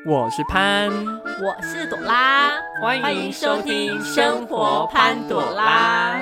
我是潘， 我是朵拉， 欢迎收听生活潘朵拉。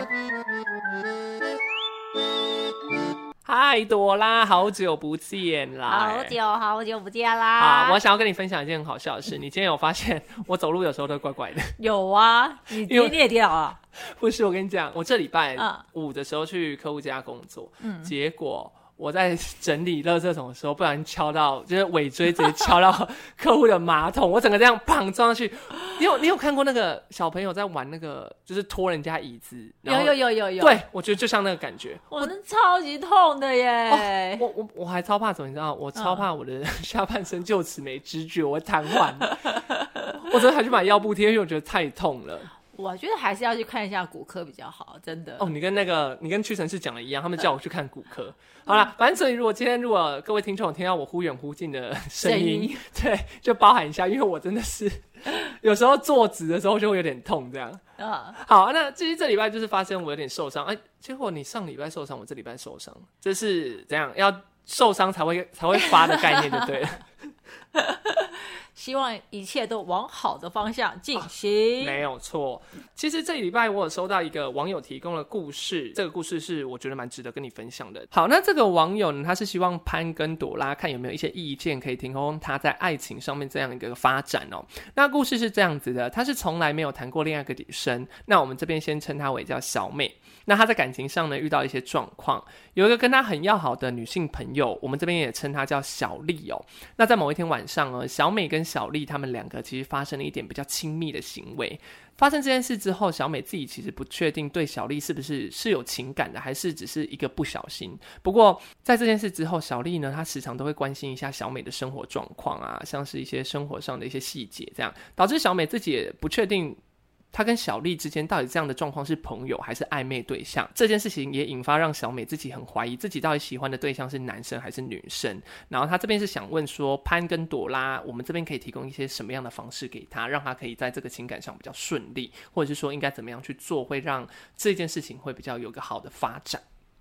嗨，朵拉，好久不见啦！ 好久不见啦！ 好，我想要跟你分享一件很好笑的事。你今天有发现我走路有时候都怪怪的？ 有啊，你也跌倒了？ 不是，我跟你讲，我这礼拜五的时候去客户家工作，结果我在整理垃圾桶的时候，不小心敲到，就是尾椎直接敲到客户的马桶，我整个这样砰撞上去。你有看过那个小朋友在玩那个，就是拖人家椅子？ 有。 对，我觉得就像那个感觉。 我那超级痛的耶！ 我还超怕什么，你知道？我超怕我的下半身就此没知觉，我会瘫痪。我真的还去买药布贴，因为我觉得太痛了。 我觉得还是要去看一下骨科比较好，真的。 哦，你跟屈臣氏讲的一样，他们叫我去看骨科。好啦，反正所以今天如果各位听众有听到我忽远忽近的声音，对，就包含一下，因为我真的是有时候坐直的时候就会有点痛这样。好，那至于这礼拜就是发生我有点受伤，结果你上礼拜受伤，我这礼拜受伤，这是怎样？要受伤才会发的概念就对了。 希望一切都往好的方向进行。 没有错。其实这礼拜我有收到一个网友提供的故事，这个故事是我觉得蛮值得跟你分享的。好，那这个网友呢，他是希望潘跟朵拉看有没有一些意见可以提供他在爱情上面这样一个发展哦。那故事是这样子的，他是从来没有谈过恋爱的女生，那我们这边先称她为叫小美。那她在感情上呢遇到一些状况，有一个跟她很要好的女性朋友，我们这边也称她叫小丽哦。那在某一天晚上呢，小美跟小丽他们两个其实发生了一点比较亲密的行为。发生这件事之后，小美自己其实不确定对小丽是不是有情感的，还是只是一个不小心。不过在这件事之后，小丽呢她时常都会关心一下小美的生活状况啊，像是一些生活上的一些细节，这样导致小美自己也不确定他跟小丽之间到底这样的状况是朋友还是暧昧对象。这件事情也引发让小美自己很怀疑自己到底喜欢的对象是男生还是女生。然后他这边是想问说，潘跟朵拉我们这边可以提供一些什么样的方式给他，让他可以在这个情感上比较顺利，或者是说应该怎么样去做会让这件事情会比较有个好的发展。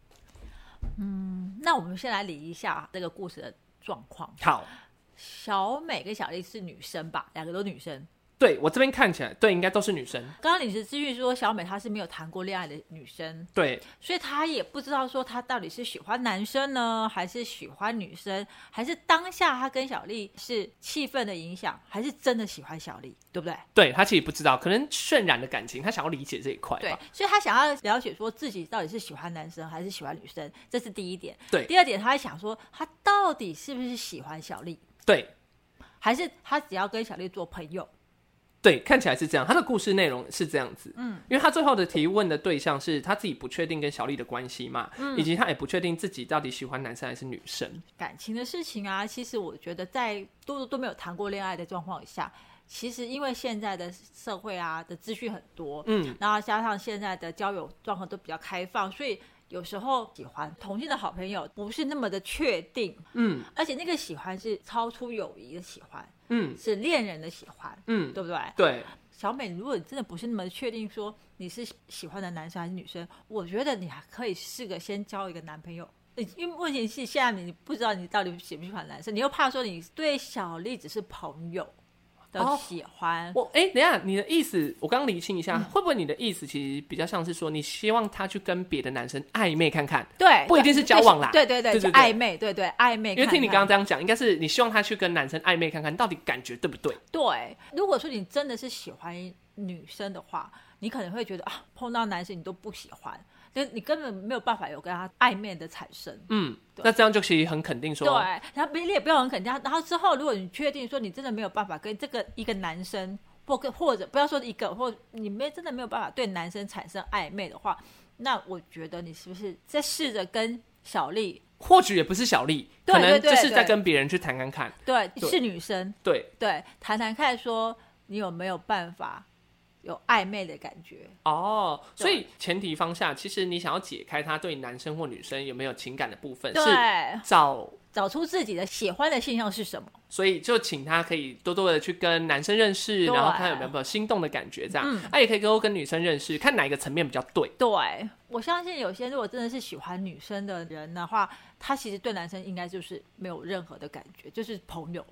那我们先来理一下这个故事的状况。 好， 小美跟小丽是女生吧？两个都女生。 对，我这边看起来对，应该都是女生。 刚刚你是资讯说小美她是没有谈过恋爱的女生， 对， 所以她也不知道说她到底是喜欢男生呢，还是喜欢女生，还是当下她跟小丽是气氛的影响，还是真的喜欢小丽，对不对？ 对，她其实不知道，可能渲染的感情，她想要理解这一块吧。 对，所以她想要了解说自己到底是喜欢男生还是喜欢女生，这是第一点。 对， 第二点，她想说她到底是不是喜欢小丽， 对， 还是她只要跟小丽做朋友。 对，看起来是这样，他的故事内容是这样子，因为他最后的提问的对象是他自己不确定跟小丽的关系嘛，以及他也不确定自己到底喜欢男生还是女生。 感情的事情啊，其实我觉得在都没有谈过恋爱的状况下，其实因为现在的社会啊的资讯很多，然后加上现在的交友状况都比较开放，所以有时候喜欢同性的好朋友不是那么的确定，而且那个喜欢是超出友谊的喜欢，是恋人的喜欢，对不对？ 对。 小美，如果你真的不是那么确定说你是喜欢的男生还是女生，我觉得你还可以试个先交一个男朋友。因为问题是现在你不知道你到底喜不喜欢男生，你又怕说你对小丽只是朋友的喜欢。 等一下，你的意思我刚厘清一下，会不会你的意思其实比较像是说你希望他去跟别的男生暧昧看看？ 对， 不一定是交往啦。 对，暧昧，对暧昧看看。 因为听你刚刚这样讲，应该是你希望他去跟男生暧昧看看，到底感觉对不对？ 对，如果说你真的是喜欢女生的话，你可能会觉得碰到男生你都不喜欢，你根本没有办法有跟他暧昧的产生。 那这样就其实很肯定说， 对，然后你也不要很肯定，然后之后如果你确定说你真的没有办法跟一个男生，或者不要说一个，或你真的没有办法对男生产生暧昧的话，那我觉得你是不是再试着跟小丽， 或许也不是小丽，可能就是在跟别人去谈看看。 对，是女生， 对， 谈谈看说你有没有办法有暧昧的感觉。 所以前提方下，其实你想要解开他对男生或女生有没有情感的部分，是找出自己的喜欢的现象是什么。 所以就请他可以多多的去跟男生认识，然后看有没有心动的感觉，这样。他也可以多跟女生认识，看哪一个层面比较对。 对，我相信有些如果真的是喜欢女生的人的话，他其实对男生应该就是没有任何的感觉，就是朋友。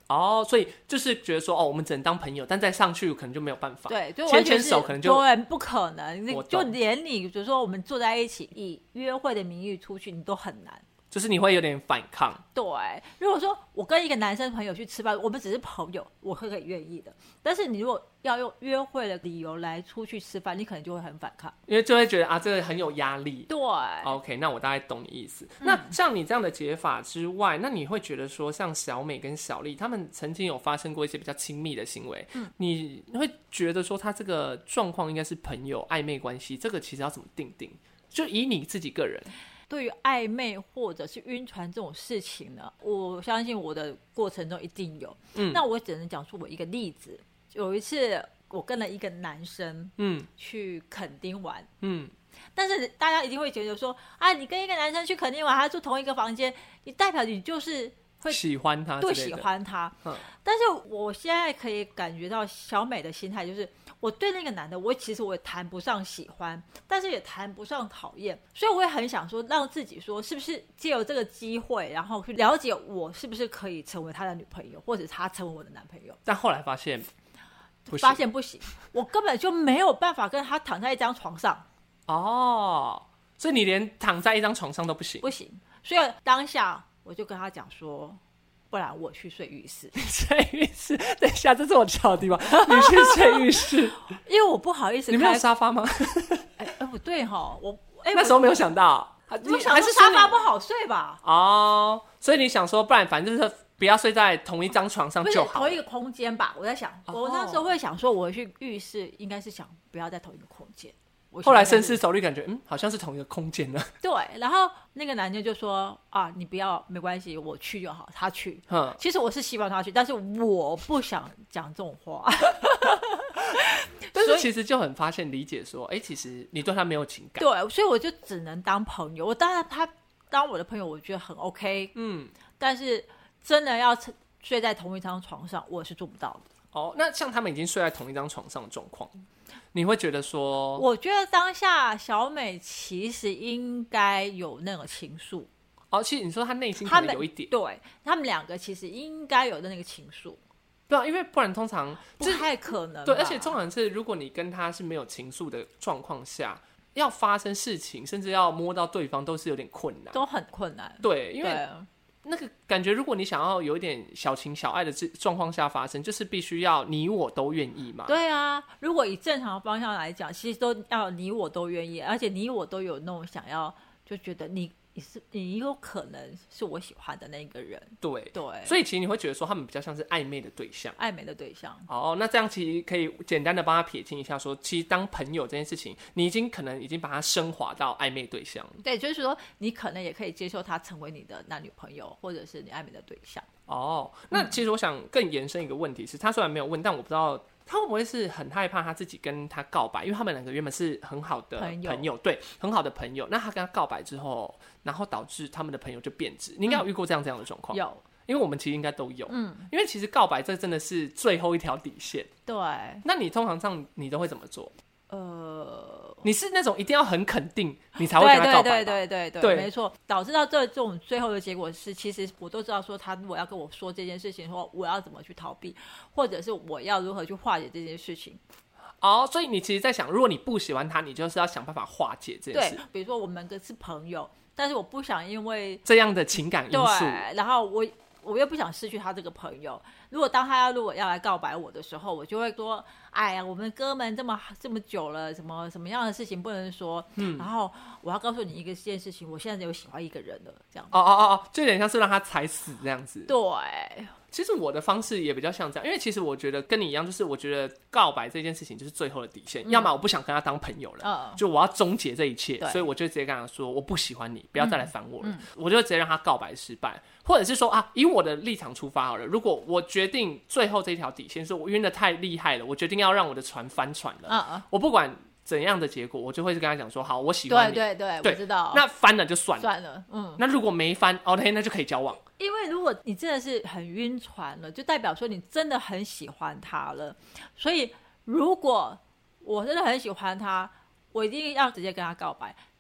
所以就是觉得说我们只能当朋友，但再上去可能就没有办法。 对，就牵手可能就对，不可能。就连你比如说我们坐在一起以约会的名义出去，你都很难。 就是你会有点反抗。 对，如果说我跟一个男生朋友去吃饭，我们只是朋友，我会很愿意的。但是你如果要用约会的理由来出去吃饭，你可能就会很反抗， 因为就会觉得这个很有压力。 对 ，OK， 那我大概懂你意思。那像你这样的解法之外，那你会觉得说，像小美跟小丽他们曾经有发生过一些比较亲密的行为，你会觉得说他这个状况应该是朋友暧昧关系，这个其实要怎么定？就以你自己个人。 对于暧昧或者是晕船这种事情呢，我相信我的过程中一定有。那我只能讲出我一个例子。有一次我跟了一个男生去垦丁玩，但是大家一定会觉得说你跟一个男生去垦丁玩，还住同一个房间，你代表你就是会喜欢他， 对，喜欢他。但是我现在可以感觉到小美的心态就是，我对那个男的，其实我也谈不上喜欢，但是也谈不上讨厌，所以我也很想说，让自己说，是不是借由这个机会，然后去了解我是不是可以成为他的女朋友，或者他成为我的男朋友。 但后来发现不行， 我根本就没有办法跟他躺在一张床上。 所以你连躺在一张床上都不行？ 不行。所以当下我就跟他讲说，不然我去睡浴室。 睡浴室？等一下，这是我巧的地方。你去睡浴室？ 因为我不好意思。 你没有沙发吗？ 不对哈， 那时候没有想到。 我想说沙发不好睡吧？ 所以你想说，不然反正就是不要睡在同一张床上就好， 同一个空间吧。我在想，我那时候会想说，我去浴室应该是想不要在同一个空间。 后来深思熟虑，感觉好像是同一个空间呢。 对，然后那个男生就说你不要，没关系，我去就好，他去。其实我是希望他去，但是我不想讲这种话。 但是其实就很发现理解说，其实你对他没有情感。 对，所以我就只能当朋友。我当然他当我的朋友，我觉得很 OK。但是真的要睡在同一张床上，我是做不到的。 那像他们已经睡在同一张床上的状况，你会觉得说？ 我觉得当下小美其实应该有那个情愫。 其实你说她内心可能有一点。 对，他们两个其实应该有的那个情愫。 对啊，因为不然通常不太可能。 对，而且通常是如果你跟他是没有情愫的状况下，要发生事情，甚至要摸到对方，都是有点困难， 都很困难。 对，因为那个感觉，如果你想要有一点小情小爱的状况下发生，就是必须要你我都愿意嘛。 对啊，如果以正常的方向来讲，其实都要你我都愿意，而且你我都有那种想要，就觉得你有可能是我喜欢的那个人。对， 所以其实你会觉得说他们比较像是暧昧的对象。那这样其实可以简单的帮他撇清一下说，其实当朋友这件事情，你可能已经把它升华到暧昧对象。 对，就是说你可能也可以接受他成为你的男女朋友，或者是你暧昧的对象。 那其实我想更延伸一个问题是，他虽然没有问，但我不知道他会不会是很害怕他自己跟他告白，因为他们两个原本是很好的朋友，对，很好的朋友。那他跟他告白之后，然后导致他们的朋友就变质。你应该有遇过这样的状况？有，因为我们其实应该都有。因为其实告白这真的是最后一条底线。对，那你通常上你都会怎么做？你是那种一定要很肯定你才会跟他告白吧？ 对，没错。导致到这种最后的结果是，其实我都知道说他如果要跟我说这件事情的话，我要怎么去逃避，或者是我要如何去化解这件事情。 所以你其实在想，如果你不喜欢他，你就是要想办法化解这件事。 对，比如说我们是朋友，但是我不想因为这样的情感因素， 对，然后我又不想失去他这个朋友。当他如果要来告白我的时候，我就会说，哎呀，我们哥们这么久了，什么样的事情不能说？然后我要告诉你一件事情，我现在有喜欢一个人了，这样。 就有点像是让他踩死这样子。 对。 其实我的方式也比较像这样，因为其实我觉得跟你一样，就是我觉得告白这件事情就是最后的底线，要么我不想跟他当朋友了，就我要终结这一切，所以我就直接跟他说我不喜欢你，不要再来烦我了，我就直接让他告白失败，或者是说以我的立场出发好了，如果我决定最后这一条底线是我晕得太厉害了，我决定要让我的船翻船了，我不管怎样的结果，我就会跟他讲说，好，我喜欢你， 对，我知道。 那翻了就算了，那如果没翻 ，OK， 那就可以交往。 因为如果你真的是很晕船了，就代表说你真的很喜欢他了。所以如果我真的很喜欢他，我一定要直接跟他告白。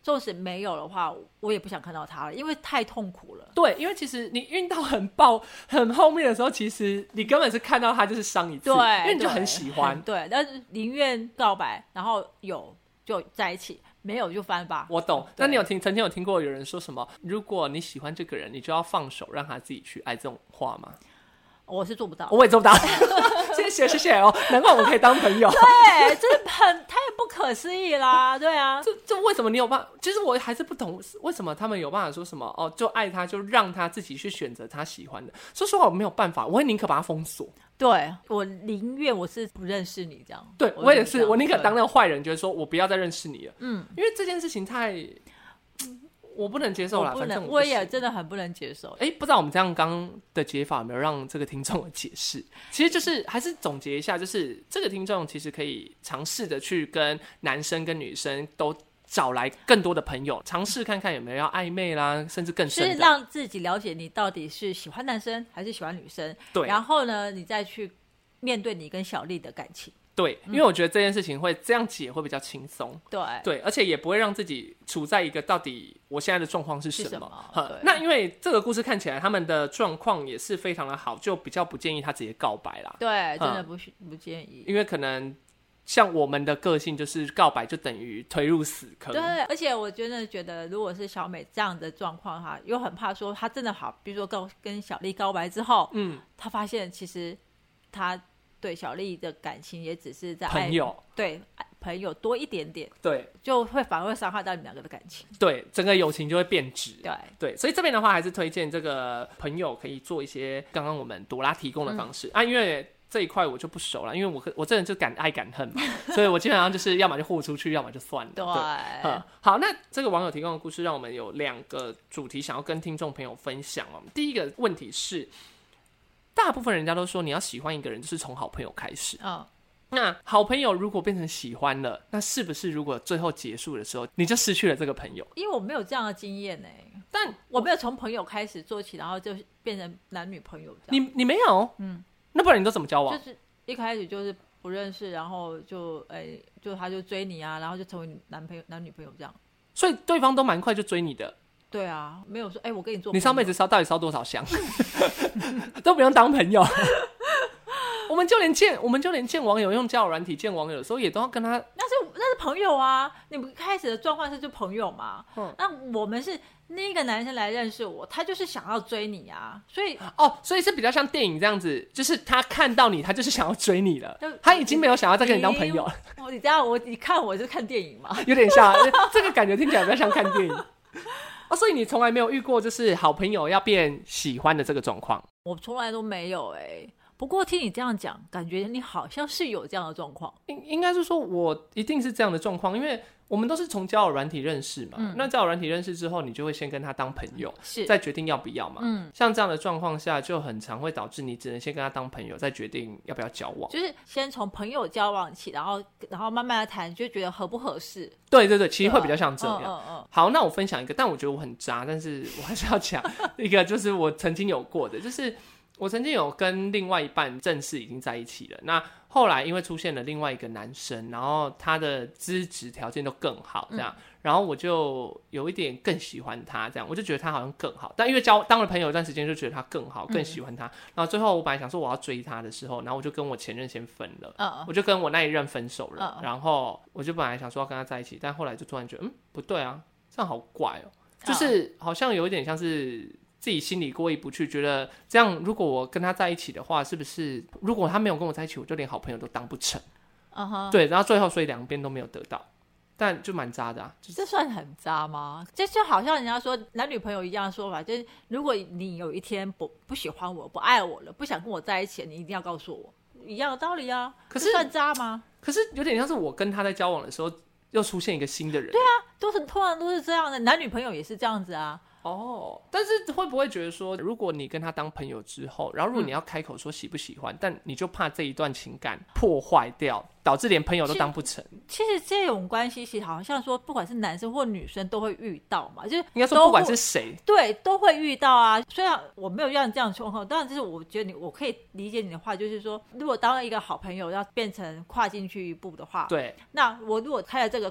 纵使没有的话，我也不想看到他了，因为太痛苦了。 对，因为其实你运到很后面的时候，其实你根本是看到他就是上一次， 对， 因为你就很喜欢。 对，但是宁愿告白，然后有就在一起，没有就翻吧。 我懂。那你曾经有听过有人说什么？如果你喜欢这个人，你就要放手让他自己去爱，这种话吗？ 我是做不到， 我也做不到。谢谢哦，难怪我们可以当朋友。 对，这太不可思议啦。对啊， 这为什么你有办法？其实我还是不懂为什么他们有办法说什么哦，就爱他，就让他自己去选择他喜欢的。说实话，我没有办法，我会宁可把他封锁。 对，我宁愿我是不认识你这样。 对，我也是，我宁可当那个坏人，觉得说我不要再认识你了。因为这件事情太。我不能接受啦，反正我也真的很不能接受。 不知道我们这样刚的解法有没有让这个听众的解释？其实就是还是总结一下，就是这个听众其实可以尝试的去跟男生跟女生都找来更多的朋友，尝试看看有没有要暧昧啦，甚至更深的， 是让自己了解你到底是喜欢男生还是喜欢女生。 对， 然后呢，你再去面对你跟小丽的感情。 对，因为我觉得这件事情会这样解会比较轻松。对，而且也不会让自己处在一个到底我现在的状况是什么。那因为这个故事看起来他们的状况也是非常的好，就比较不建议他直接告白啦。 对，真的不建议， 因为可能像我们的个性就是告白就等于推入死坑。 对，而且我真的觉得如果是小美这样的状况哈，又很怕说他真的好，比如说跟小丽告白之后，他发现其实他对小丽的感情也只是在朋友， 对朋友多一点点， 对， 就会反而会伤害到你们两个的感情， 对，整个友情就会变质。 对， 所以这边的话还是推荐这个朋友可以做一些刚刚我们朵拉提供的方式因为这一块我就不熟了，因为我这人就敢爱敢恨嘛，所以我基本上就是要么就豁出去，要么就算了。对，好，那这个网友提供的故事让我们有2个主题想要跟听众朋友分享哦。第一个问题是，大部分人家都说你要喜欢一个人就是从好朋友开始。那好朋友如果变成喜欢了，那是不是如果最后结束的时候你就失去了这个朋友？ 因为我没有这样的经验但我没有从朋友开始做起，然后就变成男女朋友这样。 你没有？那不然你都怎么交往？ 就是一开始就是不认识，然后就他就追你啊，然后就成为男女朋友这样。 所以对方都蛮快就追你的。 对啊，没有说我跟你做朋友， 你上辈子到底烧多少香都不用当朋友我们就连见网友，用交友软体见网友的时候也都要跟他， 那是朋友啊。你们开始的状况是就朋友嘛。那我们是那个男生来认识我，他就是想要追你啊， 所以是比较像电影这样子，就是他看到你，他就是想要追你了，他已经没有想要再跟你当朋友了。 你知道你看我是看电影吗？ 有点像这个感觉听起来比较像看电影所以你从来没有遇过就是好朋友要变喜欢的这个状况？ 我从来都没有不过听你这样讲，感觉你好像是有这样的状况。 应该是说我一定是这样的状况，因为我们都是从交友软体认识嘛。那交友软体认识之后，你就会先跟他当朋友，再决定要不要嘛。像这样的状况下，就很常会导致你只能先跟他当朋友，再决定要不要交往。 就是先从朋友交往起，然后慢慢的谈，就觉得合不合适。 对，其实会比较像这样。好，那我分享一个，但我觉得我很渣，但是我还是要讲一个，就是我曾经有过的，就是我曾经有跟另外一半正式已经在一起了，那后来因为出现了另外一个男生，然后他的资质条件都更好这样，然后我就有一点更喜欢他这样，我就觉得他好像更好，但因为当了朋友一段时间就觉得他更好，更喜欢他，然后最后我本来想说我要追他的时候，然后我就跟我前任先分了，我就跟我那一任分手了，然后我就本来想说要跟他在一起，但后来就突然觉得不对啊，这样好怪就是好像有一点像是自己心里过意不去，觉得这样如果我跟他在一起的话，是不是如果他没有跟我在一起，我就连好朋友都当不成。对，然后最后所以2边都没有得到，但就蛮渣的这算很渣吗？这就好像人家说男女朋友一样的说法，就是如果你有一天不喜欢我，不爱我了，不想跟我在一起，你一定要告诉我，一样的道理啊。可是算渣吗？ 可是有点像是我跟他在交往的时候又出现一个新的人。 对啊，通常都是这样的，男女朋友也是这样子啊。 但是会不会觉得说，如果你跟他当朋友之后，然后如果你要开口说喜不喜欢，但你就怕这一段情感破坏掉，导致连朋友都当不成。 其实这种关系其实好像说不管是男生或女生都会遇到嘛，就是应该说不管是谁， 对，都会遇到啊。虽然我没有这样的状况，当然就是我觉得我可以理解你的话，就是说如果当一个好朋友要变成跨进去一步的话， 对， 那我如果开了这个口，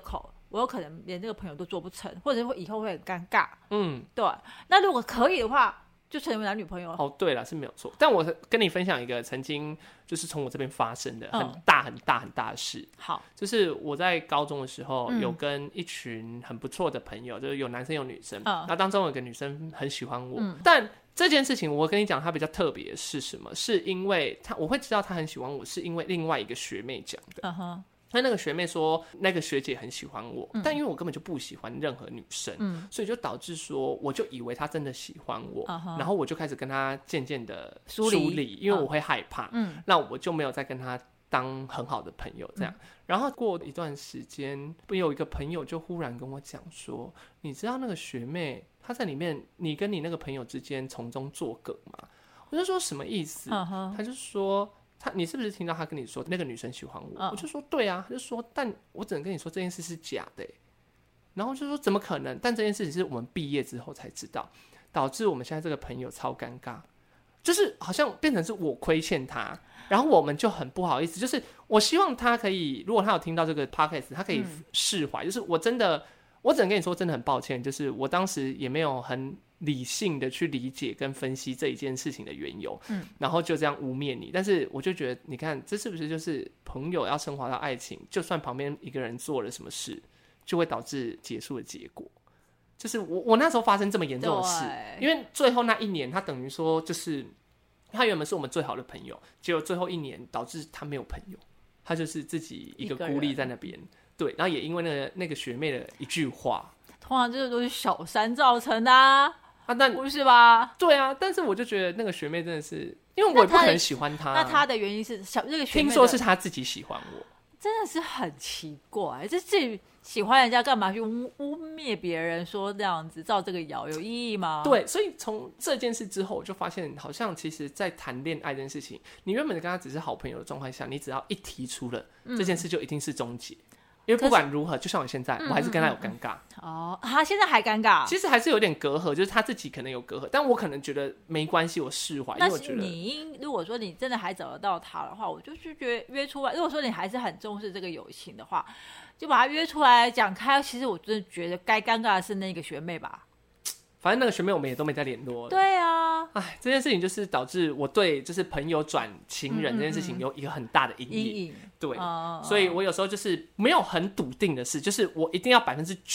我有可能连这个朋友都做不成，或者会以后会很尴尬。对。那如果可以的话，就成为男女朋友。 哦，对了，是没有错。但我跟你分享一个曾经就是从我这边发生的很大很大很大的事。 好， 就是我在高中的时候，有跟一群很不错的朋友，就是有男生有女生。那当中有一个女生很喜欢我，但这件事情我跟你讲，它比较特别的是什么？是因为我会知道她很喜欢我，是因为另外一个学妹讲的。那个学妹说那个学姐很喜欢我，但因为我根本就不喜欢任何女生，所以就导致说我就以为她真的喜欢我，然后我就开始跟她渐渐的疏离，因为我会害怕，那我就没有再跟她当很好的朋友这样。然后过一段时间，有一个朋友就忽然跟我讲说，你知道那个学妹她在里面，你跟你那个朋友之间从中作梗吗？我就说什么意思？他就说你是不是听到他跟你说那个女生喜欢我？我就说对啊，他就说但我只能跟你说这件事是假的然后就说怎么可能？但这件事情是我们毕业之后才知道，导致我们现在这个朋友超尴尬，就是好像变成是我亏欠他，然后我们就很不好意思。就是我希望他可以，如果他有听到这个 podcast， 他可以释怀。就是我只能跟你说真的很抱歉，就是我当时也没有很理性的去理解跟分析这一件事情的缘由，然后就这样污蔑你。但是我就觉得，你看这是不是就是朋友要升华到爱情，就算旁边一个人做了什么事，就会导致结束的结果。就是我那时候发生这么严重的事，因为最后那一年，他等于说就是他原本是我们最好的朋友，结果最后一年导致他没有朋友，他就是自己一个孤立在那边。对，然后也因为那个学妹的一句话， 通常这都是小三造成的但不是吧？ 对啊，但是我就觉得那个学妹真的是，因为我也不可能喜欢她。 那她的原因是这个学妹听说是她自己喜欢我， 真的是很奇怪。这自己喜欢人家干嘛去污蔑别人？说这样子造这个谣有意义吗？ 对，所以从这件事之后，我就发现好像其实，在谈恋爱这件事情，你原本跟他只是好朋友的状态下，你只要一提出了这件事，就一定是终结。因为不管如何，就像我现在，我还是跟他有尴尬。 他现在还尴尬， 其实还是有点隔阂，就是他自己可能有隔阂，但我可能觉得没关系，我释怀。 但是如果说你真的还找得到他的话，我就是觉得约出来。如果说你还是很重视这个友情的话，就把他约出来讲开。其实我真的觉得该尴尬的是那个学妹吧。 反正那个学妹我们也都没再联络了。 对啊， 这件事情就是导致我对就是朋友转情人这件事情有一个很大的阴影。对，所以我有时候就是没有很笃定的事，就是我一定要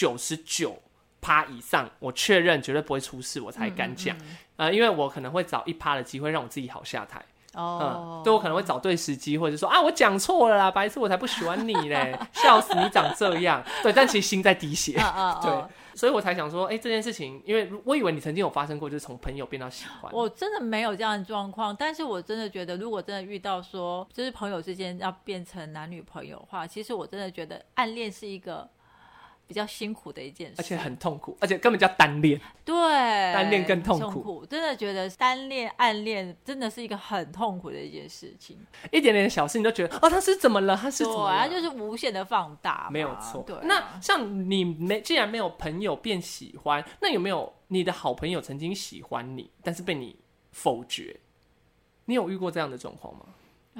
99%以上，我确认绝对不会出事，我才敢讲。因为我可能会找1%的机会让我自己好下台。对，我可能会找对时机，或者说我讲错了啦，白痴，我才不喜欢你嘞，笑死你长这样。对，但其实心在滴血。对。所以我才想说，这件事情，因为我以为你曾经有发生过，就是从朋友变到喜欢。 我真的没有这样的状况，但是我真的觉得，如果真的遇到说，就是朋友之间要变成男女朋友的话，其实我真的觉得暗恋是一个比较辛苦的一件事， 而且很痛苦，而且根本叫单恋。 对， 单恋更痛苦。 真的觉得单恋、暗恋真的是一一个很痛苦的一件事情。 一点点的小事你都觉得他是怎么了？他是怎么了？ 对，就是无限的放大嘛。 没有错。 对， 那像你既然没有朋友变喜欢，那有没有你的好朋友曾经喜欢你，但是被你否决？你有遇过这样的状况吗？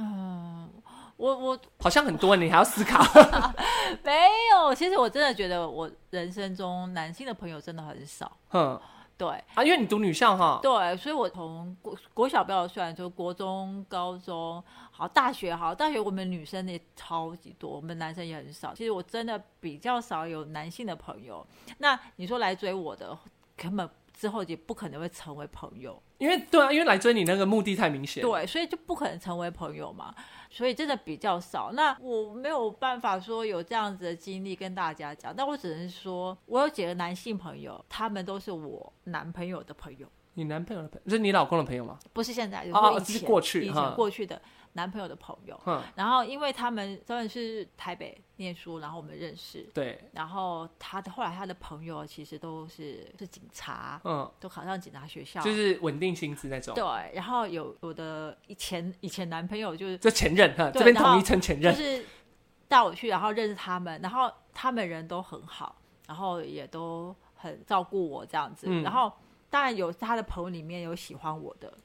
我好像很多，你还要思考。 没有，其实我真的觉得我人生中男性的朋友真的很少。对因为你读女校哈。 对，所以我从国小不要算，就国中、高中，大学我们女生也超级多，我们男生也很少。其实我真的比较少有男性的朋友。那你说来追我的，根本之后也不可能会成为朋友，因为来追你那个目的太明显。 对，所以就不可能成为朋友嘛。所以真的比较少。那我没有办法说有这样子的经历跟大家讲，但我只能说我有几个男性朋友，他们都是我男朋友的朋友。 你男朋友的朋友是你老公的朋友吗？ 不是现在， 是过去以前过去的男朋友的朋友。然后因为他们真的是台北念书，然后我们认识。对。然后后来他的朋友其实都是警察，都考上警察学校， 就是稳定薪资那种。 对。然后有的以前男朋友就是这前任这边统一称前任， 就是带我去，然后认识他们，然后他们人都很好，然后也都很照顾我这样子。然后当然有他的朋友里面有喜欢我的。对。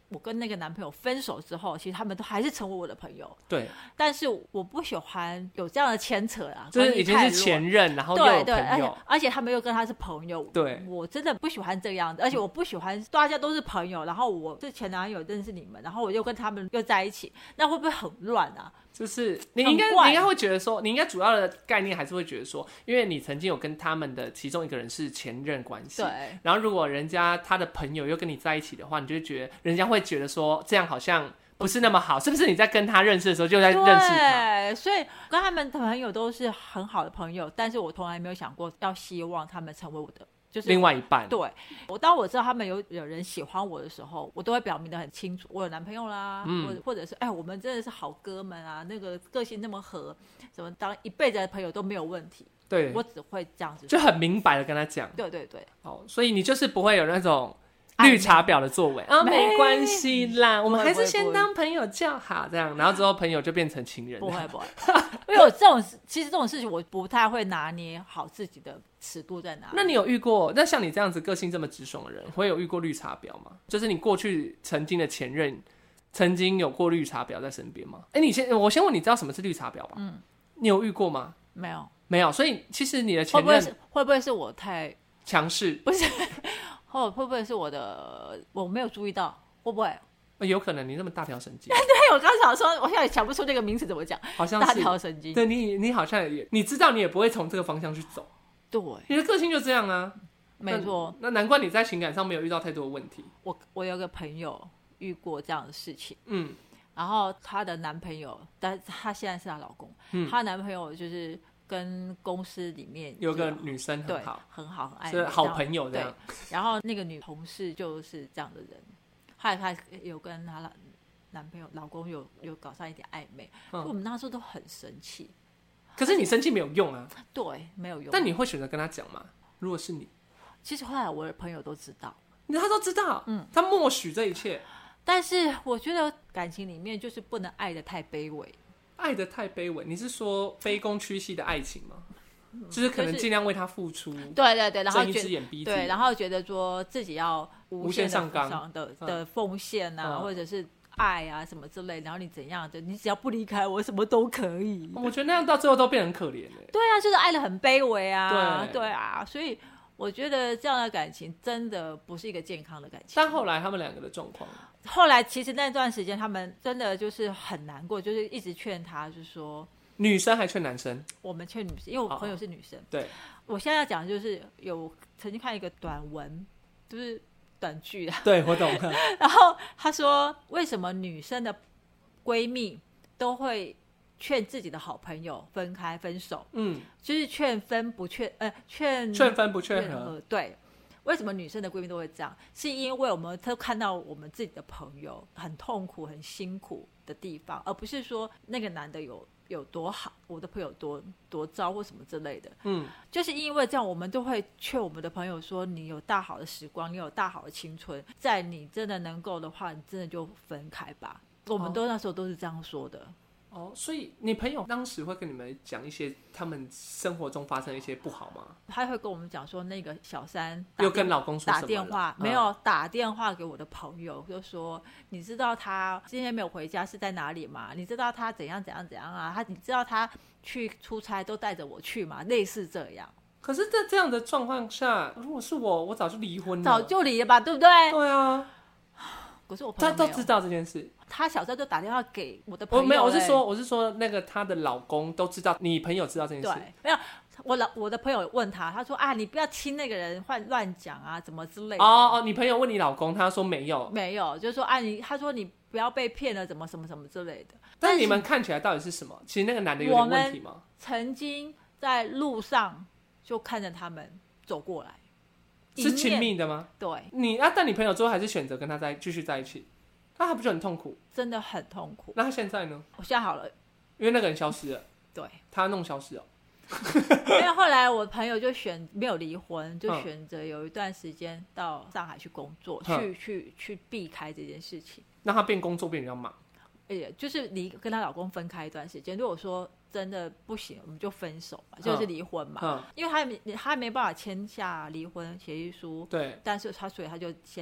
我跟那个男朋友分手之后，其实他们都还是成为我的朋友。 对， 但是我不喜欢有这样的牵扯啦， 就是已经是前任，然后又有朋友， 而且他们又跟他是朋友。 对， 我真的不喜欢这样的，而且我不喜欢大家都是朋友，然后我是前男友认识你们，然后我又跟他们又在一起，那会不会很乱啊？ 就是你应该会觉得说，你应该主要的概念还是会觉得说，因为你曾经有跟他们的其中一个人是前任关系， 对， 然后如果人家他的朋友又跟你在一起的话，你就会觉得人家会觉得说这样好像不是那么好，是不是？你在跟他认识的时候就在认识他？ 对，所以跟他们的朋友都是很好的朋友，但是我从来没有想过要希望他们成为我的。就是另外一半。 对，当我知道他们有人喜欢我的时候，我都会表明的很清楚，我有男朋友啦，或者是我们真的是好哥们啊，那个个性那么合，什么当一辈子的朋友都没有问题。 对， 我只会这样子， 就很明白的跟他讲。 对对对， 所以你就是不会有那种绿茶婊的作为啊，没关系啦，我们还是先当朋友就好，这样，然后之后朋友就变成情人。 不会，因为我其实这种事情我不太会拿捏好自己的尺度在哪里。 那你有遇过？那像你这样子个性这么直爽的人，会有遇过绿茶婊吗？就是你过去曾经的前任，曾经有过绿茶婊在身边吗？我先问你知道什么是绿茶婊吗？你有遇过吗？ 没有， 所以其实你的前任会不会是我太强势？ 不是。会不会是我没有注意到？会不会？ 有可能你那么大条神经。 对，我刚想说，我现在也想不出这个名词怎么讲， 好像是大条神经。 对你好像你知道你也不会从这个方向去走。 对， 你的个性就这样啊。 没错。 那难怪你在情感上没有遇到太多的问题。 我有个朋友遇过这样的事情， 然后她的男朋友，但是她现在是她老公，她男朋友就是跟公司里面有个女生很好， 很好，很爱是好朋友这样。 然后那个女同事就是这样的人，后来她有跟她男朋友、老公有搞上一点暧昧，我们那时候都很生气。 可是你生气没有用啊。 对，没有用。 但你会选择跟他讲吗？如果是你， 其实后来我的朋友都知道， 他都知道，他默许这一切。 但是我觉得感情里面就是不能爱得太卑微。 爱得太卑微，你是说卑躬屈膝的爱情吗？就是可能尽量为他付出， 对对对，然后睁一只眼闭一只眼， 对，然后觉得说自己要无限上纲的奉献啊，或者是爱啊什么之类，然后你怎样的，你只要不离开我，什么都可以。 我觉得那样到最后都变成很可怜欸。 对啊，就是爱得很卑微啊，对啊，所以我觉得这样的感情真的不是一个健康的感情。 但后来他们两个的状况， 后来其实那段时间他们真的就是很难过，就是一直劝他，就是说女生还劝男生，我们劝女生，因为我朋友是女生。 对， 我现在要讲的就是曾经看一个短文，就是短剧啊。 对，我懂了。 然后他说，为什么女生的闺蜜都会劝自己的好朋友分手？就是劝分不劝不劝和。 对。为什么女生的闺蜜都会这样？是因为我们都看到我们自己的朋友很痛苦、很辛苦的地方，而不是说那个男的有多好，我的朋友多糟或什么之类的。就是因为这样，我们都会劝我们的朋友说：你有大好的时光，你有大好的青春，在你真的能够的话，你真的就分开吧。我们那时候都是这样说的。 所以你朋友当时会跟你们讲一些他们生活中发生的一些不好吗？ 他会跟我们讲说，那个小三又跟老公说什么了？ 打电话没有打电话给我的朋友，就说你知道他今天没有回家是在哪里吗？你知道他怎样啊？你知道他去出差都带着我去吗？类似这样。 可是在这样的状况下，如果是我早就离婚了， 早就离了吧，对不对？ 对啊。 可是我朋友他都知道这件事， 他小时候就打电话给我的朋友。 没有，我是说那个他的老公都知道，你朋友知道这件事。 对，没有，我的朋友问他说啊，你不要听那个人乱讲啊，怎么之类的。 你朋友问你老公，他说没有， 就是说啊，他说你不要被骗了，怎么什么什么之类的。 但你们看起来到底是什么？其实那个男的有点问题吗？ 我们曾经在路上就看着他们走过来。 是亲密的吗？ 对。 但你朋友最后还是选择跟他继续在一起，那他不就很痛苦？ 真的很痛苦。 那他现在呢？ 我现在好了， 因为那个人消失了。 对， 他弄消失了。 因为后来我朋友就没有离婚，就选择有一段时间到上海去工作，去避开这件事情。 那他工作变比较忙。 就是跟她老公分开一段时间。如果说真的不行，我们就分手嘛，就是离婚嘛。因为他没办法签下离婚协议书， 对。 但是所以他就先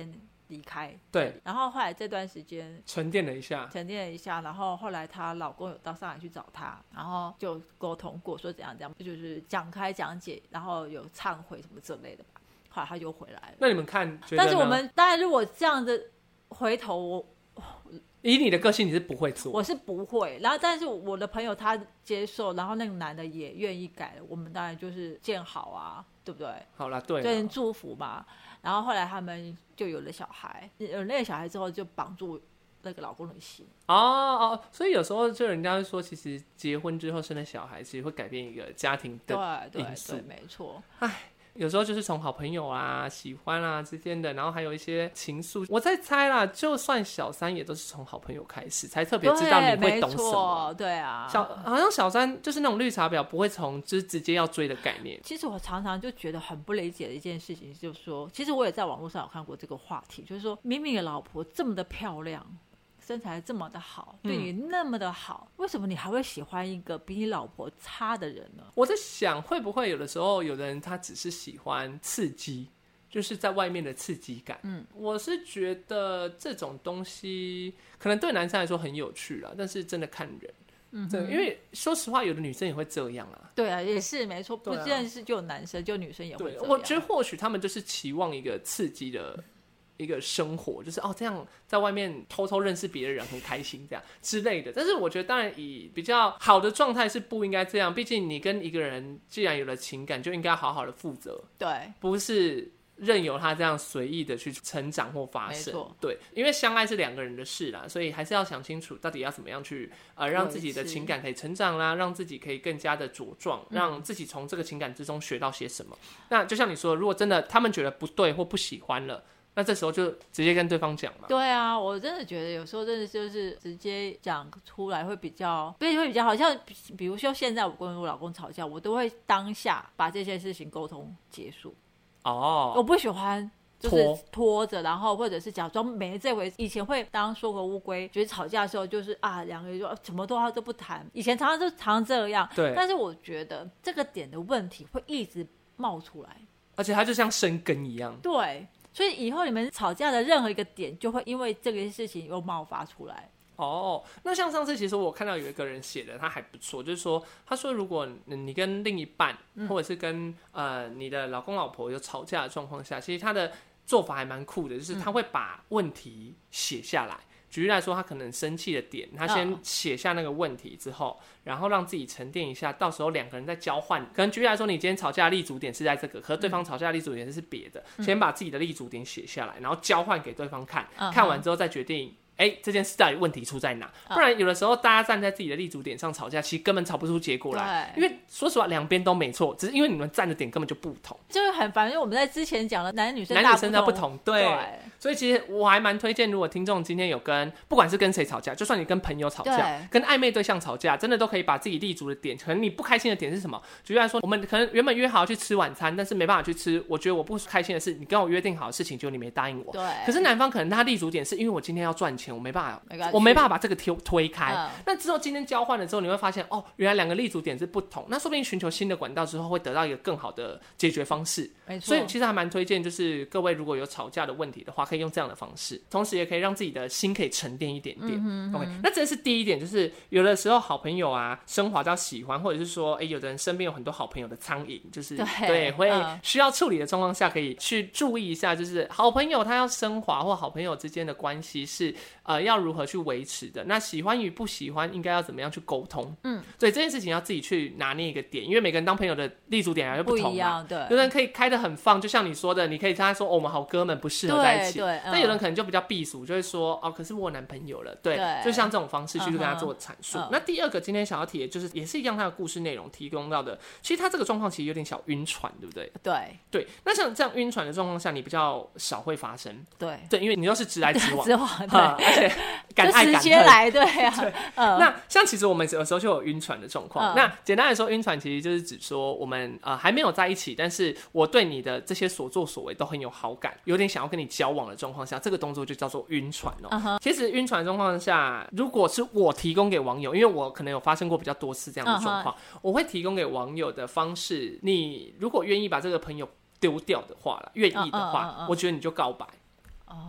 离开。 对， 然后后来这段时间沉淀了一下， 然后后来她老公有到上海去找她，然后就沟通过说怎样怎样，就是讲开讲解，然后有忏悔什么之类的吧。后来她就回来了。 那你们看觉得呢？ 但是我们当然如果这样的回头， 以你的个性你是不会做， 我是不会。然后但是我的朋友他接受，然后那个男的也愿意改了，我们当然就是见好啊，对不对？ 好啦，对啦， 对，祝福嘛。然后后来他们就有了小孩，有那个小孩之后就绑住那个老公的心。 所以有时候就人家会说，其实结婚之后生了小孩，其实会改变一个家庭的因素。 对，没错。 唉，有时候就是从好朋友啊、喜欢啊之间的，然后还有一些情愫。我在猜啦，就算小三也都是从好朋友开始，才特别知道你会懂什么。 对啊， 好像小三就是那种绿茶婊，不会从就是直接要追的概念。 其实我常常就觉得很不理解的一件事情，就是说，其实我也在网络上有看过这个话题，就是说，明明的老婆这么的漂亮，身材这么的好，对你那么的好，为什么你还会喜欢一个比你老婆差的人呢？ 我在想，会不会有的时候有的人他只是喜欢刺激，就是在外面的刺激感。我是觉得这种东西可能对男生来说很有趣啦，但是真的看人。因为说实话，有的女生也会这样啊。 对啊，也是没错，不见是就有男生，就女生也会这样。 我觉得或许他们就是期望一个刺激的一个生活，就是这样在外面偷偷认识别的人很开心这样之类的。但是我觉得当然以比较好的状态是不应该这样，毕竟你跟一个人既然有了情感，就应该好好的负责。对，不是任由他这样随意的去成长或发生。对，因为相爱是两个人的事啦，所以还是要想清楚到底要怎么样去让自己的情感可以成长啦，让自己可以更加的茁壮，让自己从这个情感之中学到些什么。那就像你说的，如果真的他们觉得不对或不喜欢了，那这时候就直接跟对方讲嘛。对啊， 我真的觉得有时候真的就是直接讲出来会比较好。像比如说现在我跟我老公吵架，我都会当下把这些事情沟通结束。我不喜欢就是拖着，然后或者是假装没这回事。以前会当说个乌龟，觉得吵架的时候就是两个人就什么都不谈。以前常常这样，对。但是我觉得这个点的问题会一直冒出来， 而且它就像生根一样。 对，所以以后你们吵架的任何一个点，就会因为这个事情又冒发出来。 那像上次其实我看到有一个人写的，他还不错，就是说，他说如果你跟另一半，或者是跟你的老公老婆有吵架的状况下，其实他的做法还蛮酷的，就是他会把问题写下来。举例来说，他可能生气的点，他先写下那个问题之后，然后让自己沉淀一下，到时候两个人再交换。可能举例来说，你今天吵架的立足点是在这个，可是对方吵架的立足点是别的，先把自己的立足点写下来，然后交换给对方看，看完之后再决定这件事到底问题出在哪？不然有的时候大家站在自己的立足点上吵架，其实根本吵不出结果来。因为说实话，两边都没错，只是因为你们站的点根本就不同， 就是很烦。因为我们在之前讲了男女生大不同， 对。所以其实我还蛮推荐，如果听众今天有不管是跟谁吵架，就算你跟朋友吵架，跟暧昧对象吵架，真的都可以把自己立足的点，可能你不开心的点是什么？举例来说，我们可能原本约好要去吃晚餐，但是没办法去吃。我觉得我不开心的是，你跟我约定好的事情，结果你没答应我。对。可是男方可能他立足点是因为我今天要赚钱，我没办法把这个推开。那之后今天交换了之后，你会发现原来两个立足点是不同。那说不定寻求新的管道之后，会得到一个更好的解决方式。没错。所以其实还蛮推荐，就是各位如果有吵架的问题的话，可以用这样的方式，同时也可以让自己的心可以沉淀一点点。OK， 那这是第一点，就是有的时候好朋友啊，升华到喜欢，或者是说，有的人身边有很多好朋友的苍蝇，就是对会需要处理的状况下，可以去注意一下，就是好朋友他要升华，或好朋友之间的关系是要如何去维持的。那喜欢与不喜欢应该要怎么样去沟通？所以这件事情要自己去拿捏一个点，因为每个人当朋友的立足点又不同嘛。对，有人可以开得很放，就像你说的，你可以跟他说，我们好哥们不适合在一起。对，但有人可能就比较避俗，就会说可是我有男朋友了。对，就像这种方式去跟他做阐述。那第二个今天想要提的就是也是一样，他的故事内容提供到的，其实他这个状况其实有点小晕船，对不对？对。那像这样晕船的状况下，你比较少会发生。对，因为你都是直来直往，而且敢爱敢恨，就直接来。对啊。那像其实我们有时候就有晕船的状况。那简单来说，晕船其实就是指说我们还没有在一起，但是我对你的这些所作所为都很有好感，有点想要跟你交往的状况下，这个动作就叫做晕船其实晕船的状况下，如果是我提供给网友，因为我可能有发生过比较多次这样的状况，我会提供给网友的方式，你如果愿意把这个朋友丢掉的话啦，愿意的话，我觉得你就告白。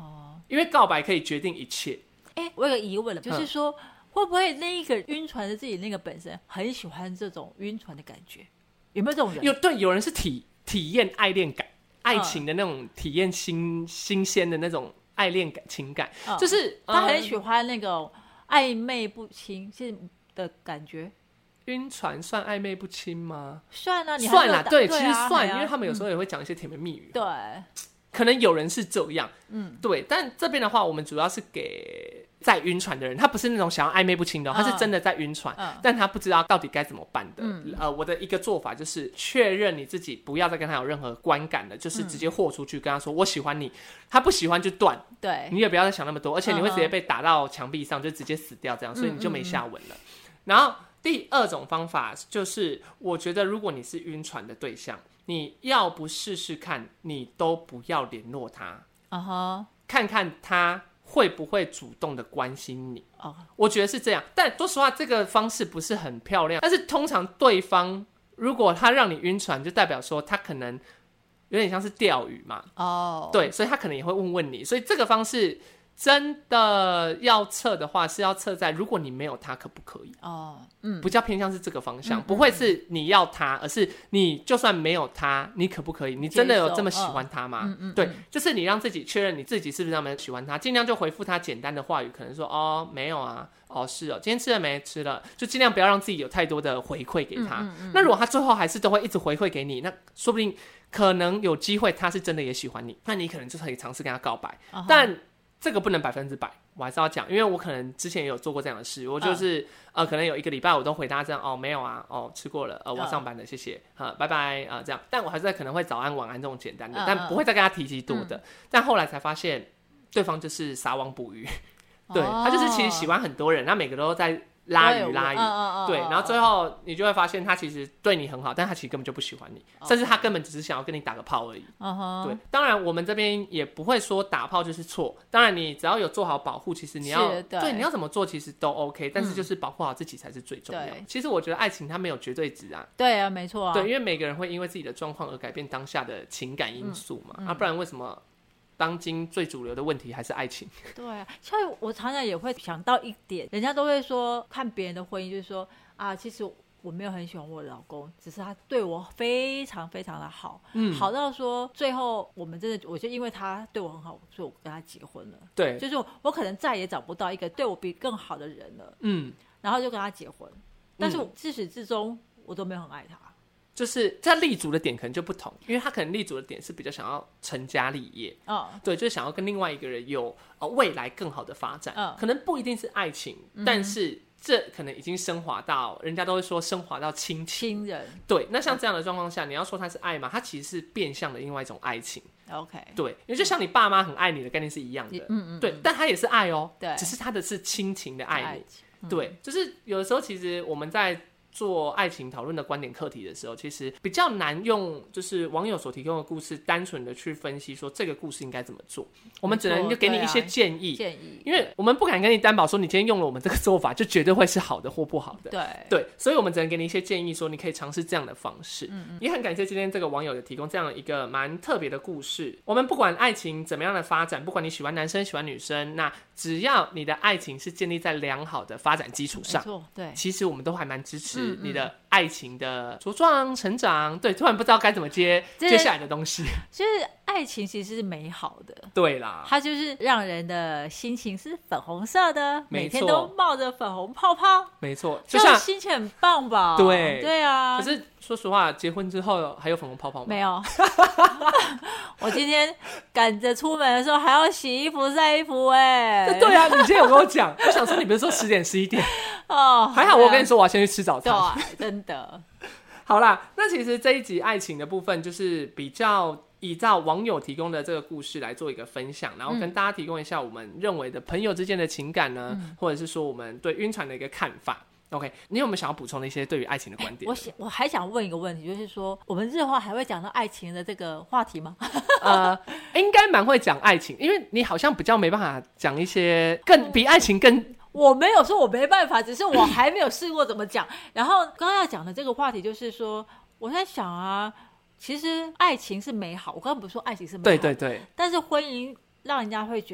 因为告白可以决定一切。 我有个疑问了，就是说会不会那一个晕船的自己那个本身很喜欢这种晕船的感觉？有没有这种人？ 有人是体验爱恋感，爱情的那种体验新鲜的那种爱恋感情感，就是他很喜欢那种暧昧不清的感觉。 晕船算暧昧不清吗？ 算啊， 算啊，对，其实算，因为他们有时候也会讲一些甜言蜜语。 对， 可能有人是这样，对。但这边的话，我们主要是给在晕船的人，他不是那种想要暧昧不清的，他是真的在晕船，但他不知道到底该怎么办的。我的一个做法就是确认你自己不要再跟他有任何观感了，就是直接豁出去跟他说我喜欢你，他不喜欢就断， 对， 你也不要再想那么多，而且你会直接被打到墙壁上，就直接死掉这样，所以你就没下文了。然后第二种方法就是，我觉得如果你是晕船的对象，你要不试试看，你都不要联络他，看看他会不会主动的关心你。我觉得是这样，但说实话，这个方式不是很漂亮。但是通常对方如果他让你晕船，就代表说他可能有点像是钓鱼嘛。对，所以他可能也会问你，所以这个方式。真的要测的话，是要测在如果你没有他可不可以比较偏向是这个方向，不会是你要他，而是你就算没有他，你可不可以？你真的有这么喜欢他吗？对，就是你让自己确认你自己是不是那么喜欢他，尽量就回复他简单的话语，可能说没有啊，是今天吃了没？吃了，就尽量不要让自己有太多的回馈给他。那如果他最后还是都会一直回馈给你，那说不定可能有机会他是真的也喜欢你，那你可能就可以尝试跟他告白，但这个不能100%，我还是要讲，因为我可能之前也有做过这样的事，我就是可能有1个礼拜我都回答这样没有啊，吃过了，我上班了，谢谢，拜拜这样，但我还是可能会早安晚安这种简单的，但不会再跟他提及多的。但后来才发现，对方就是撒网捕鱼，对，他就是其实喜欢很多人，他每个都在拉鱼，对，然后最后你就会发现他其实对你很好，但他其实根本就不喜欢你，甚至他根本只是想要跟你打个炮而已。对，当然我们这边也不会说打炮就是错，当然你只要有做好保护，其实你要对你要怎么做其实都 OK， 但是就是保护好自己才是最重要。其实我觉得爱情它没有绝对值啊， 对啊，没错啊， 对，因为每个人会因为自己的状况而改变当下的情感因素嘛，不然为什么？当今最主流的问题还是爱情。 对啊，所以我常常也会想到一点，人家都会说看别人的婚姻，就是说其实我没有很喜欢我的老公，只是他对我非常非常的好，好到说最后我们真的，我就因为他对我很好，所以我跟他结婚了。对，就是我可能再也找不到一个对我比更好的人了，然后就跟他结婚，但是我自始至终我都没有很爱他。 就是他立足的点可能就不同，因为他可能立足的点是比较想要成家立业，对，就是想要跟另外一个人有未来更好的发展，可能不一定是爱情，但是这可能已经升华到，人家都会说升华到亲人。 对，那像这样的状况下，你要说他是爱吗？他其实是变相的另外一种爱情。 OK， 对，因为就像你爸妈很爱你的概念是一样的，对，但他也是爱对，只是他的是亲情的爱你，对，就是有的时候其实我们在做爱情讨论的观点课题的时候，其实比较难用就是网友所提供的故事单纯的去分析说这个故事应该怎么做，我们只能就给你一些建议，因为我们不敢跟你担保说你今天用了我们这个做法就绝对会是好的或不好的，对，所以我们只能给你一些建议说你可以尝试这样的方式。也很感谢今天这个网友有提供这样一个蛮特别的故事。我们不管爱情怎么样的发展，不管你喜欢男生喜欢女生，那只要你的爱情是建立在良好的发展基础上，对，其实我们都还蛮支持你的爱情的茁壮成长。对，突然不知道该怎么接下来的东西。 就是爱情其实是美好的， 对啦， 它就是让人的心情是粉红色的，每天都冒着粉红泡泡， 没错， 就像心情很棒吧？对啊。 可是说实话，结婚之后还有粉红泡泡吗？ 没有。我今天赶着出门的时候还要洗衣服晒衣服对啊，你今天有跟我讲，我想说你不是说10点11点还好我跟你说我要先去吃早餐。 对，真的。 好啦，那其实这一集爱情的部分就是比较依照网友提供的这个故事来做一个分享，然后跟大家提供一下我们认为的朋友之间的情感呢，或者是说我们对晕船的一个看法。OK， 你有没有想要补充的一些对于爱情的观点？ 我还想问一个问题，就是说我们日后还会讲到爱情的这个话题吗？ 应该蛮会讲爱情，因为你好像比较没办法讲一些比爱情更。 我没有说我没办法，只是我还没有试过怎么讲。然后刚刚要讲的这个话题就是说，我在想其实爱情是美好，我刚刚不是说爱情是美好， 对， 但是婚姻让人家会觉得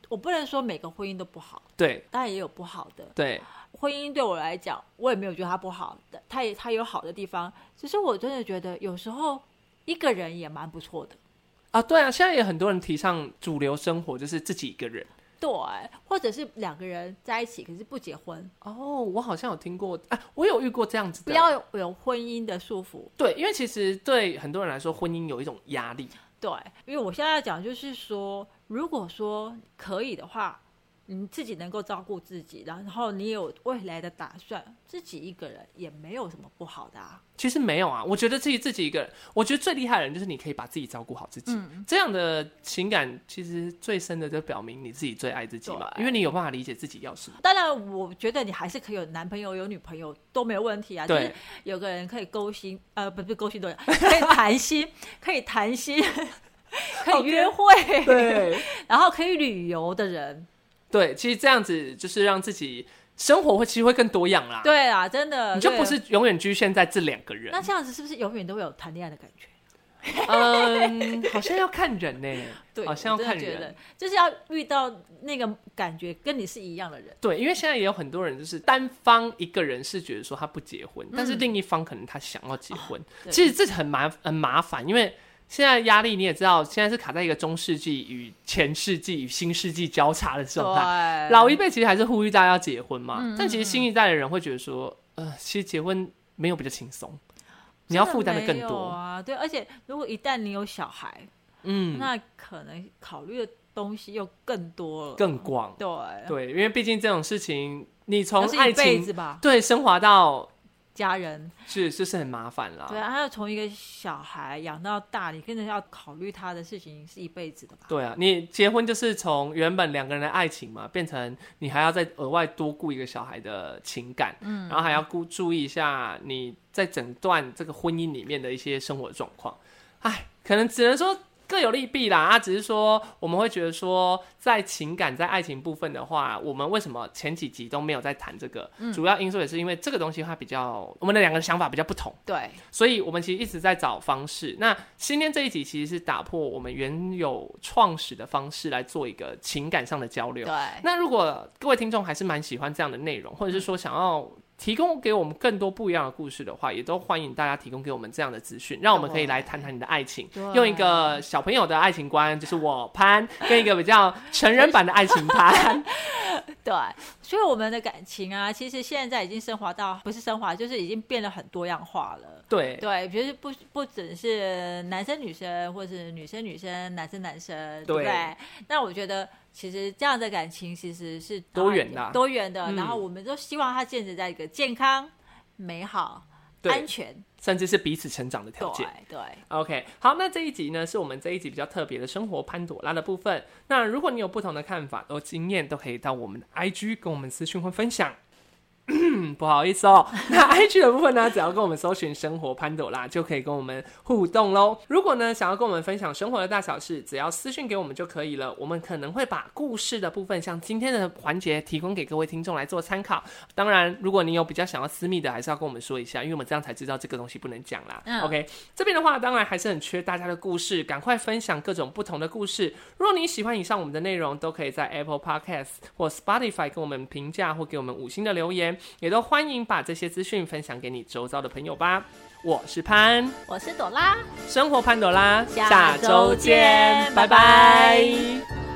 我不能说每个婚姻都不好， 对， 当然也有不好的。 对， 婚姻对我来讲，我也没有觉得它不好的，它有好的地方，只是我真的觉得有时候一个人也蛮不错的啊。对啊，现在也很多人提倡主流生活就是自己一个人， 对，或者是2个人在一起可是不结婚。 哦，我好像有听过啊，我有遇过这样子的， 不要有婚姻的束缚。 对，因为其实对很多人来说，婚姻有一种压力。 对，因为我现在要讲就是说，如果说可以的话，你自己能够照顾自己，然后你有未来的打算，自己一个人也没有什么不好的啊。 其实没有啊，我觉得自己一个人，我觉得最厉害的人就是你可以把自己照顾好自己，这样的情感其实最深的就表明你自己最爱自己嘛，因为你有办法理解自己要什么。 当然，我觉得你还是可以有男朋友有女朋友都没有问题啊，就是有个人可以勾心，不是勾心斗角，可以谈心，可以谈心，可以约会， 对， 然后可以旅游的人。 对，其实这样子就是让自己生活其实会更多样啦。 对啦，真的， 你就不是永远局限在这2个人。 那这样子是不是永远都会有谈恋爱的感觉？ 好像要看人呢。 对， 好像要看人， 就是要遇到那个感觉跟你是一样的人。 对，因为现在也有很多人就是单方一个人是觉得说他不结婚，但是另一方可能他想要结婚，其实这很麻烦，因为现在压力你也知道，现在是卡在一个中世纪与前世纪与新世纪交叉的状态。老一辈其实还是呼吁大家要结婚嘛，但其实新一代的人会觉得说，其实结婚没有比较轻松，你要负担的更多啊。对，而且如果一旦你有小孩，那可能考虑的东西又更多了， 更广。对，因为毕竟这种事情，你从爱情对升华到家人就是很麻烦啦。 对啊，他要从一个小孩养到大，你真的要考虑他的事情是一辈子的吧？ 对啊，你结婚就是从原本2个人的爱情嘛，变成你还要再额外多顾一个小孩的情感，然后还要注意一下你在整段这个婚姻里面的一些生活状况。可能只能说各有利弊啦，只是说我们会觉得说，在情感在爱情部分的话，我们为什么前几集都没有在谈这个，主要因素也是因为这个东西它比较，我们的2个人想法比较不同， 对， 所以我们其实一直在找方式。那今天这一集其实是打破我们原有创始的方式来做一个情感上的交流。 对， 那如果各位听众还是蛮喜欢这样的内容，或者是说想要提供给我们更多不一样的故事的话，也都欢迎大家提供给我们这样的资讯，让我们可以来谈谈你的爱情，用一个小朋友的爱情观，就是我潘，跟一个比较成人版的爱情潘。 对，所以我们的感情啊，其实现在已经升华到，不是升华，就是已经变得很多样化了。 对， 比如不只是男生女生，或是女生女生，男生男生，对不对？那我觉得其实这样的感情其实是多元的， 然后我们都希望它建立在一个健康、美好、安全， 甚至是彼此成长的条件。 对 OK， 好，那这一集呢是我们这一集比较特别的生活潘朵拉的部分。那如果你有不同的看法或经验，都可以到我们的 IG 跟我们私讯或分享。不好意思哦，那 IG 的部分呢，只要跟我们搜寻生活潘朵拉就可以跟我们互动咯。如果呢想要跟我们分享生活的大小事，只要私讯给我们就可以了，我们可能会把故事的部分像今天的环节提供给各位听众来做参考。当然如果你有比较想要私密的，还是要跟我们说一下，因为我们这样才知道这个东西不能讲啦。OK， 这边的话当然还是很缺大家的故事，赶快分享各种不同的故事。如果你喜欢以上我们的内容，都可以在 Apple Podcast 或 Spotify 跟我们评价或给我们5星的留言，也都欢迎把这些资讯分享给你周遭的朋友吧。我是潘， 我是朵拉， 生活潘朵拉， 下周见，拜拜。